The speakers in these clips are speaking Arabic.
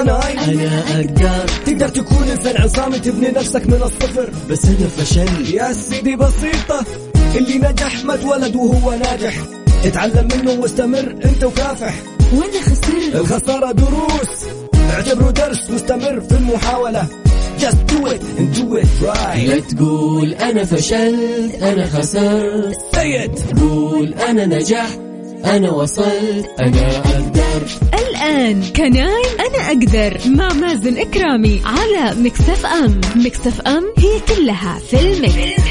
كناي أنا أقدر. تقدر تكون إنسان عصامي تبني نفسك من الصفر، بس أنا فشل. يا سيدي بسيطة، اللي نجح ما اتولد وهو ناجح، اتعلم منه واستمر انت وكافح. وانا خسرت، الخسارة دروس، اعتبره درس مستمر في المحاولة. Just do it and do it right. لا تقول أنا فشلت أنا خسرت، Say it. قول أنا نجحت أنا وصلت أنا أقدر. الآن كناي أنا أقدر مع مازن إكرامي على ميكس اف ام. ميكس اف ام هي كلها في الميكس.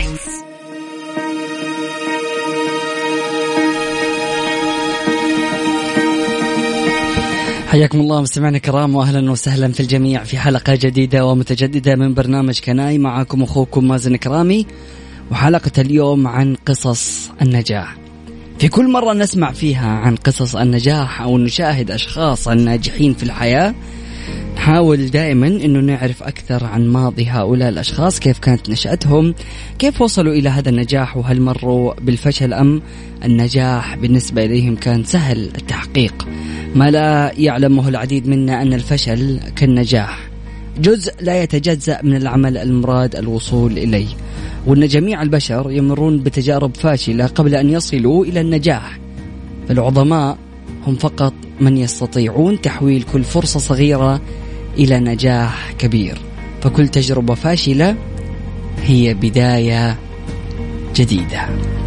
حياكم الله مستمعينا الكرام واهلا وسهلا في الجميع في حلقة جديدة ومتجددة من برنامج كناي. معكم اخوكم مازن كرامي، وحلقة اليوم عن قصص النجاح. في كل مرة نسمع فيها عن قصص النجاح او نشاهد اشخاص الناجحين في الحياة، نحاول دائما انه نعرف اكثر عن ماضي هؤلاء الاشخاص، كيف كانت نشأتهم، كيف وصلوا الى هذا النجاح، وهل مروا بالفشل ام النجاح بالنسبة اليهم كان سهل التحقيق. ما لا يعلمه العديد منا أن الفشل كالنجاح جزء لا يتجزأ من العمل المراد الوصول إليه، وأن جميع البشر يمرون بتجارب فاشلة قبل أن يصلوا إلى النجاح. فالعظماء هم فقط من يستطيعون تحويل كل فرصة صغيرة إلى نجاح كبير، فكل تجربة فاشلة هي بداية جديدة.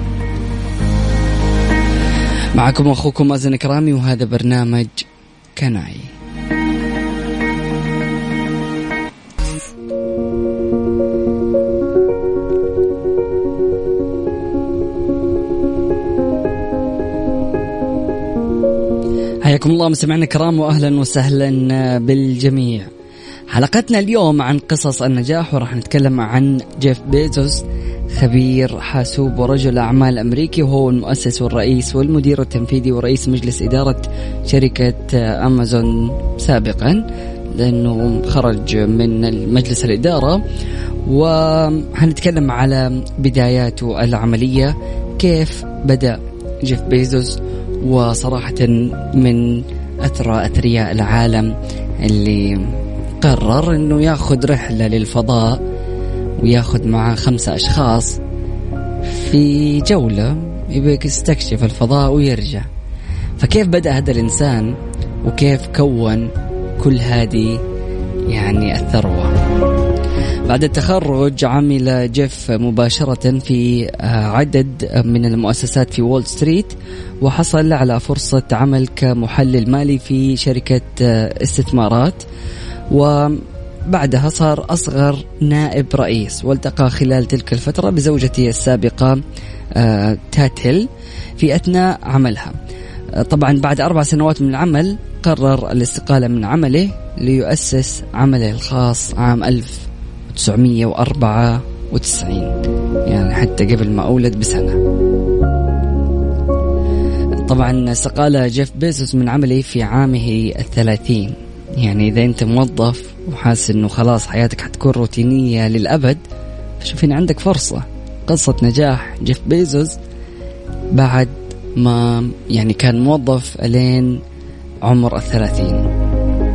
معكم أخوكم مازن كرامي، وهذا برنامج كناي. حياكم الله مستمعينا الكرام واهلا وسهلا بالجميع. حلقتنا اليوم عن قصص النجاح، وراح نتكلم عن جيف بيزوس، خبير حاسوب ورجل أعمال أمريكي، وهو المؤسس والرئيس والمدير التنفيذي ورئيس مجلس إدارة شركة أمازون سابقا، لأنه خرج من مجلس الإدارة. وهنتكلم على بداياته العملية، كيف بدأ جيف بيزوس، وصراحة من أثرياء العالم اللي قرر أنه يأخذ رحلة للفضاء وياخذ معه 5 أشخاص في جولة يبيك يستكشف الفضاء ويرجع. فكيف بدأ هذا الإنسان وكيف كون كل هذه يعني الثروة؟ بعد التخرج عمل جيف مباشرة في عدد من المؤسسات في وول ستريت، وحصل على فرصة عمل كمحلل مالي في شركة استثمارات، وبعدها صار أصغر نائب رئيس، والتقى خلال تلك الفترة بزوجته السابقة تاتل في أثناء عملها. طبعا بعد 4 سنوات من العمل قرر الاستقالة من عمله ليؤسس عمله الخاص عام 1994، يعني حتى قبل ما أولد بسنة. طبعا استقال جيف بيزوس من عمله في عامه 30. يعني إذا أنت موظف وحاسس أنه خلاص حياتك حتكون روتينية للأبد، فشوف هنا عندك فرصة. قصة نجاح جيف بيزوس بعد ما يعني كان موظف لين عمر 30.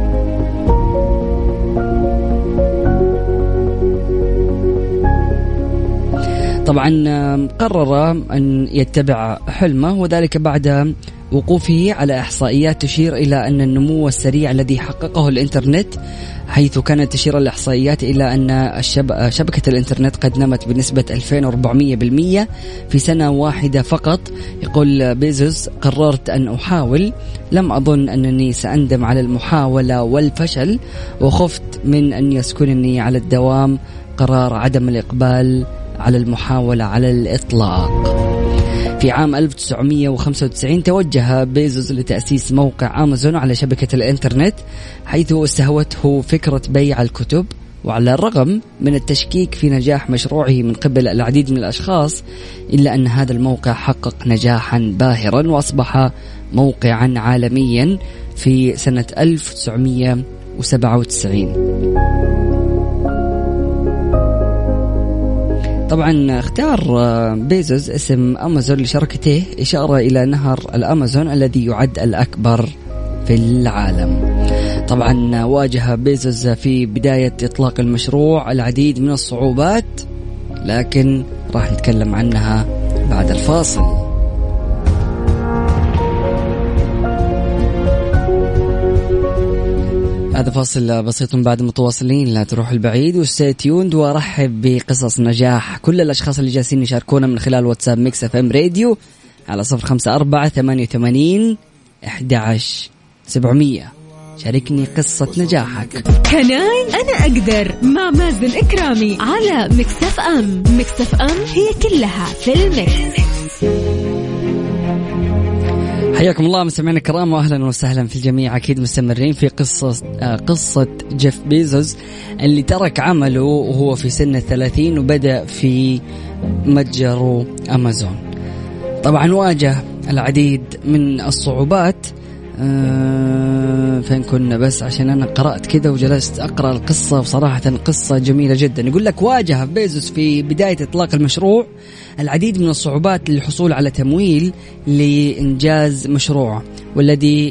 طبعا قرر أن يتبع حلمه، وذلك بعد وقوفه على إحصائيات تشير إلى أن النمو السريع الذي حققه الإنترنت، حيث كانت تشير الإحصائيات إلى أن شبكة الإنترنت قد نمت بنسبة 2400% في سنة واحدة فقط. يقول بيزوس: قررت أن أحاول، لم أظن أنني سأندم على المحاولة والفشل، وخفت من أن يسكنني على الدوام قرار عدم الإقبال على المحاولة على الإطلاق. في عام 1995 توجه بيزوس لتأسيس موقع أمازون على شبكة الإنترنت، حيث استهوته فكرة بيع الكتب. وعلى الرغم من التشكيك في نجاح مشروعه من قبل العديد من الأشخاص، إلا أن هذا الموقع حقق نجاحا باهرا وأصبح موقعا عالميا في سنة 1997. طبعا اختار بيزوس اسم أمازون لشركته إشارة إلى نهر الأمازون الذي يعد الأكبر في العالم. طبعا واجه بيزوس في بداية إطلاق المشروع العديد من الصعوبات، لكن راح نتكلم عنها بعد الفاصل. هذا فاصل بسيط بعد متواصلين، لا تروح البعيد وستي تيوند. وارحب بقصص نجاح كل الاشخاص اللي جالسين يشاركونا من خلال واتساب ميكس اف ام راديو على 0548811700. شاركني قصة نجاحك. كناي أنا أقدر مع مازن إكرامي على ميكس اف ام. ميكس اف ام هي كلها في الميكس. حياكم الله مستمعينا الكرام واهلا وسهلا في الجميع. اكيد مستمرين في قصة جيف بيزوس اللي ترك عمله وهو في سن 30 وبدأ في متجر أمازون. طبعا واجه العديد من الصعوبات. فين كنا؟ بس عشان أنا قرأت كذا وجلست أقرأ القصة، وصراحة قصة جميلة جدا. يقول لك واجه بيزوس في بداية إطلاق المشروع العديد من الصعوبات للحصول على تمويل لإنجاز مشروعه، والذي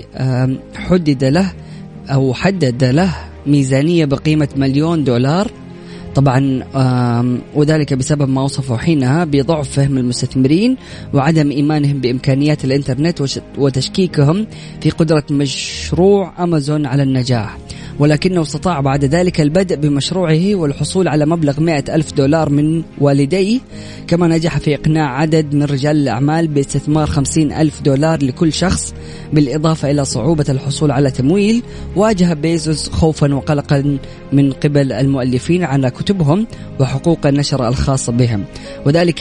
حدد له ميزانية بقيمة $1,000,000. طبعا وذلك بسبب ما وصفه حينها بضعف فهم المستثمرين وعدم إيمانهم بإمكانيات الإنترنت وتشكيكهم في قدرة مشروع أمازون على النجاح. ولكنه استطاع بعد ذلك البدء بمشروعه والحصول على مبلغ $100,000 من والديه. كما نجح في إقناع عدد من رجال الأعمال باستثمار $50,000 لكل شخص. بالإضافة إلى صعوبة الحصول على تمويل، واجه بيزوس خوفا وقلقا من قبل المؤلفين على كتبهم وحقوق النشر الخاصة بهم، وذلك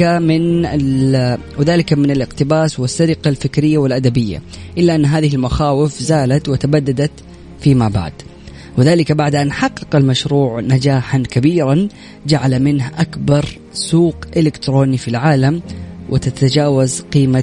من الاقتباس والسرقة الفكرية والأدبية، إلا أن هذه المخاوف زالت وتبددت فيما بعد، وذلك بعد أن حقق المشروع نجاحا كبيرا جعل منه أكبر سوق إلكتروني في العالم، وتتجاوز قيمة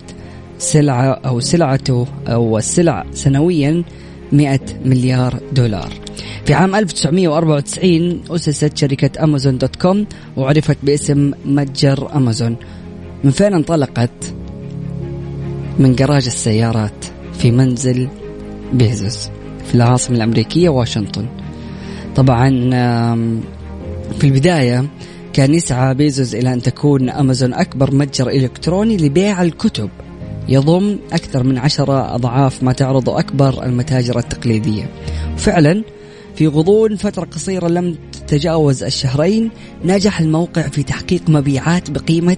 السلع سنويا $100,000,000. في عام 1994 أسست شركة Amazon.com وعرفت باسم متجر أمازون. من فين انطلقت؟ من جراج السيارات في منزل بيزوس في العاصمة الأمريكية واشنطن. طبعا في البداية كان يسعى بيزوس إلى أن تكون أمازون أكبر متجر إلكتروني لبيع الكتب، يضم أكثر من 10 أضعاف ما تعرض أكبر المتاجر التقليدية. فعلا في غضون فترة قصيرة لم تتجاوز الشهرين نجح الموقع في تحقيق مبيعات بقيمة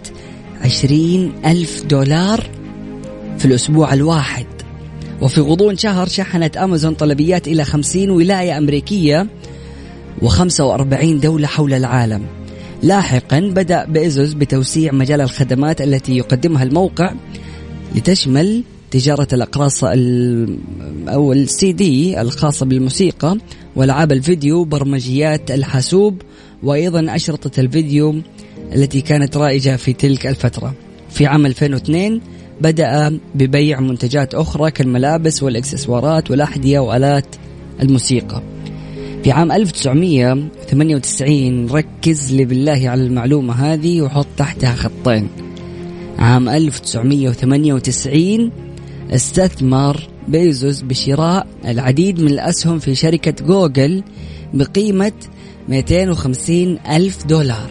$20,000 في الأسبوع الواحد. وفي غضون شهر شحنت أمازون طلبيات إلى 50 ولاية أمريكية و45 دولة حول العالم. لاحقا بدأ بيزوس بتوسيع مجال الخدمات التي يقدمها الموقع لتشمل تجارة الأقراص أو الCD الخاصة بالموسيقى والعاب الفيديو، برمجيات الحاسوب، وأيضا أشرطة الفيديو التي كانت رائجة في تلك الفترة. في عام 2002 بدأ ببيع منتجات أخرى كالملابس والإكسسوارات والأحذية وآلات الموسيقى. في عام 1998 ركز لي بالله على المعلومة هذه وحط تحتها خطين. عام 1998 استثمر بيزوس بشراء العديد من الأسهم في شركة جوجل بقيمة $250,000.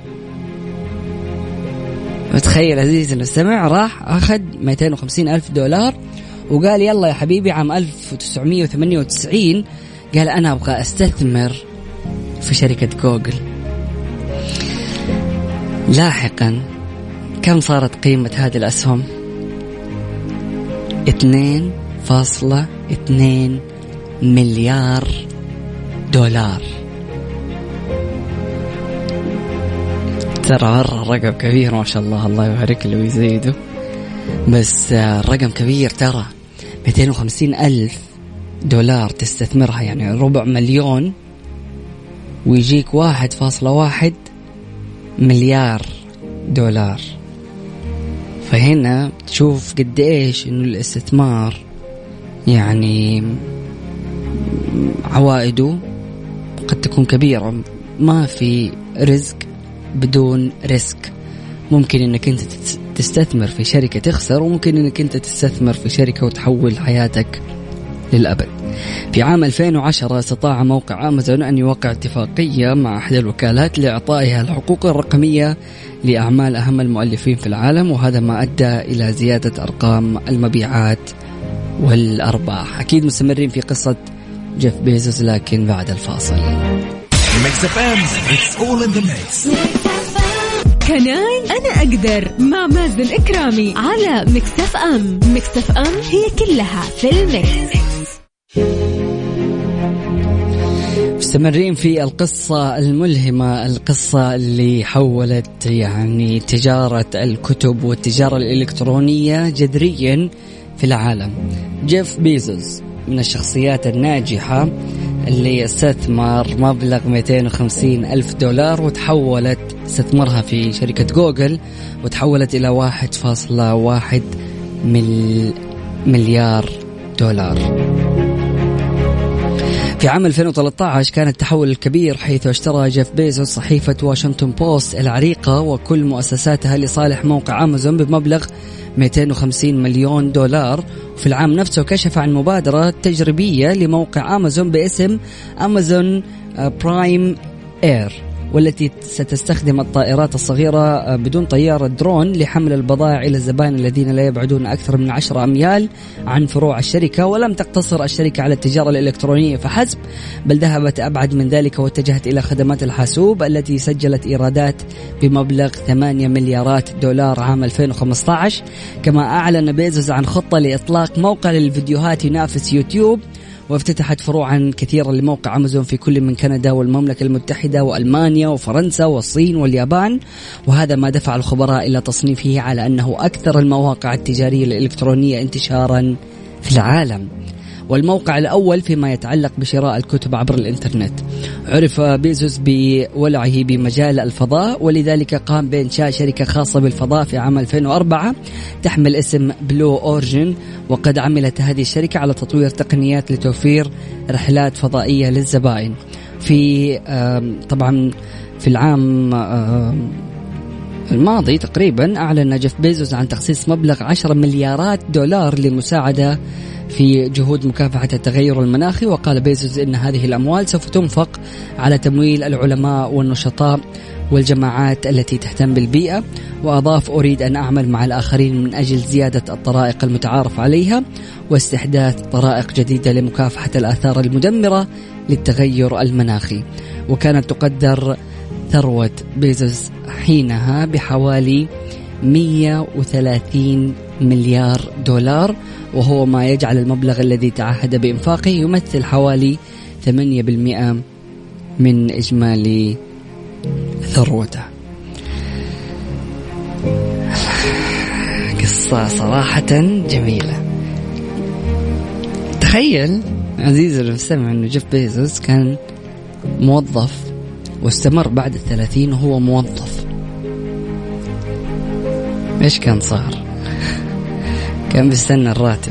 وتخيل عزيزي المستمع، راح أخذ $250,000 وقال يلا يا حبيبي. عام 1998 قال أنا أبغى أستثمر في شركة جوجل. لاحقا كم صارت قيمة هذه الأسهم؟ $2.2 مليار. ترى مرة رقم كبير ما شاء الله، الله يبارك له ويزيده، بس رقم كبير ترى. $250,000 تستثمرها يعني $250,000 ويجيك $1.1 مليار. فهنا تشوف قد ايش انه الاستثمار يعني عوائده قد تكون كبيرة. ما في رزق بدون ريسك. ممكن انك انت تستثمر في شركة تخسر، وممكن انك انت تستثمر في شركة وتحول حياتك للأبد. في عام 2010 استطاع موقع أمازون أن يوقع اتفاقية مع أحد الوكالات لإعطائها الحقوق الرقمية لأعمال أهم المؤلفين في العالم، وهذا ما أدى إلى زيادة أرقام المبيعات والأرباح. أكيد مستمرين في قصة جيف بيزوس لكن بعد الفاصل. كناي أنا أقدر مع مازن إكرامي على ميكس اف ام. ميكس اف ام هي كلها في الميكس. مستمرين في القصة الملهمة، القصة اللي حولت يعني تجارة الكتب والتجارة الإلكترونية جذريا في العالم. جيف بيزوس من الشخصيات الناجحة اللي استثمر مبلغ 250 ألف دولار وتحولت استثمرها في شركة جوجل وتحولت إلى 1.1 مليار دولار. في عام 2013 كان التحول الكبير، حيث اشترى جيف بيزوس صحيفة واشنطن بوست العريقة وكل مؤسساتها لصالح موقع أمازون بمبلغ 250 مليون دولار. وفي العام نفسه كشف عن مبادرة تجريبية لموقع أمازون باسم أمازون برايم إير، والتي ستستخدم الطائرات الصغيرة بدون طيار درون لحمل البضائع إلى الزبائن الذين لا يبعدون أكثر من 10 أميال عن فروع الشركة. ولم تقتصر الشركة على التجارة الإلكترونية فحسب، بل ذهبت أبعد من ذلك واتجهت إلى خدمات الحاسوب التي سجلت إيرادات بمبلغ 8 مليارات دولار عام 2015. كما أعلن بيزوس عن خطة لإطلاق موقع للفيديوهات ينافس يوتيوب، وافتتحت فروعا كثيرة لموقع أمازون في كل من كندا والمملكة المتحدة وألمانيا وفرنسا والصين واليابان، وهذا ما دفع الخبراء إلى تصنيفه على أنه أكثر المواقع التجارية الإلكترونية انتشارا في العالم، والموقع الأول فيما يتعلق بشراء الكتب عبر الإنترنت. عرف بيزوس بولعه بمجال الفضاء، ولذلك قام بإنشاء شركة خاصة بالفضاء في عام 2004 تحمل اسم بلو أورجن، وقد عملت هذه الشركة على تطوير تقنيات لتوفير رحلات فضائية للزبائن. في طبعا في العام الماضي تقريبا أعلن جيف بيزوس عن تخصيص مبلغ 10 مليارات دولار لمساعدة في جهود مكافحة التغير المناخي. وقال بيزوس إن هذه الأموال سوف تنفق على تمويل العلماء والنشطاء والجماعات التي تهتم بالبيئة. وأضاف: أريد أن أعمل مع الآخرين من أجل زيادة الطرائق المتعارف عليها واستحداث طرائق جديدة لمكافحة الآثار المدمرة للتغير المناخي. وكانت تقدر ثروة بيزوس حينها بحوالي 130 مليار دولار، وهو ما يجعل المبلغ الذي تعهد بإنفاقه يمثل حوالي 8% من إجمالي ثروته. قصة صراحة جميلة. تخيل عزيزي المستمع أنه جيف بيزوس كان موظف واستمر بعد 30 وهو موظف. إيش كان صار؟ كان بيستنى الراتب.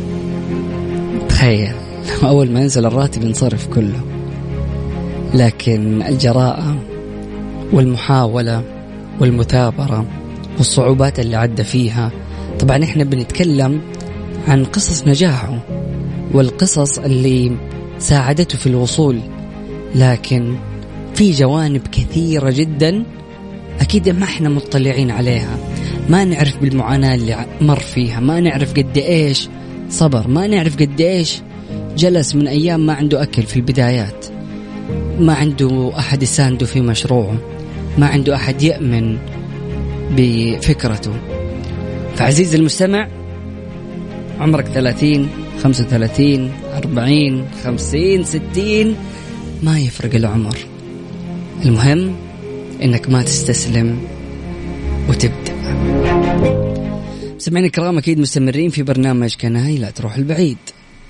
تخيل أول ما ينزل الراتب ينصرف كله. لكن الجراءة والمحاولة والمثابرة والصعوبات اللي عدى فيها، طبعا إحنا بنتكلم عن قصص نجاحه والقصص اللي ساعدته في الوصول، لكن في جوانب كثيرة جدا أكيد ما إحنا مطلعين عليها، ما نعرف بالمعاناة اللي مر فيها، ما نعرف قد إيش صبر، ما نعرف قد إيش جلس من أيام ما عنده أكل في البدايات، ما عنده أحد يسانده في مشروعه، ما عنده أحد يأمن بفكرته. فعزيز المستمع، عمرك 30 35 40 50 60 ما يفرق العمر، المهم إنك ما تستسلم وتبدأ. سمعنا الكرام، أكيد مستمرين في برنامج كناي، لا تروح البعيد.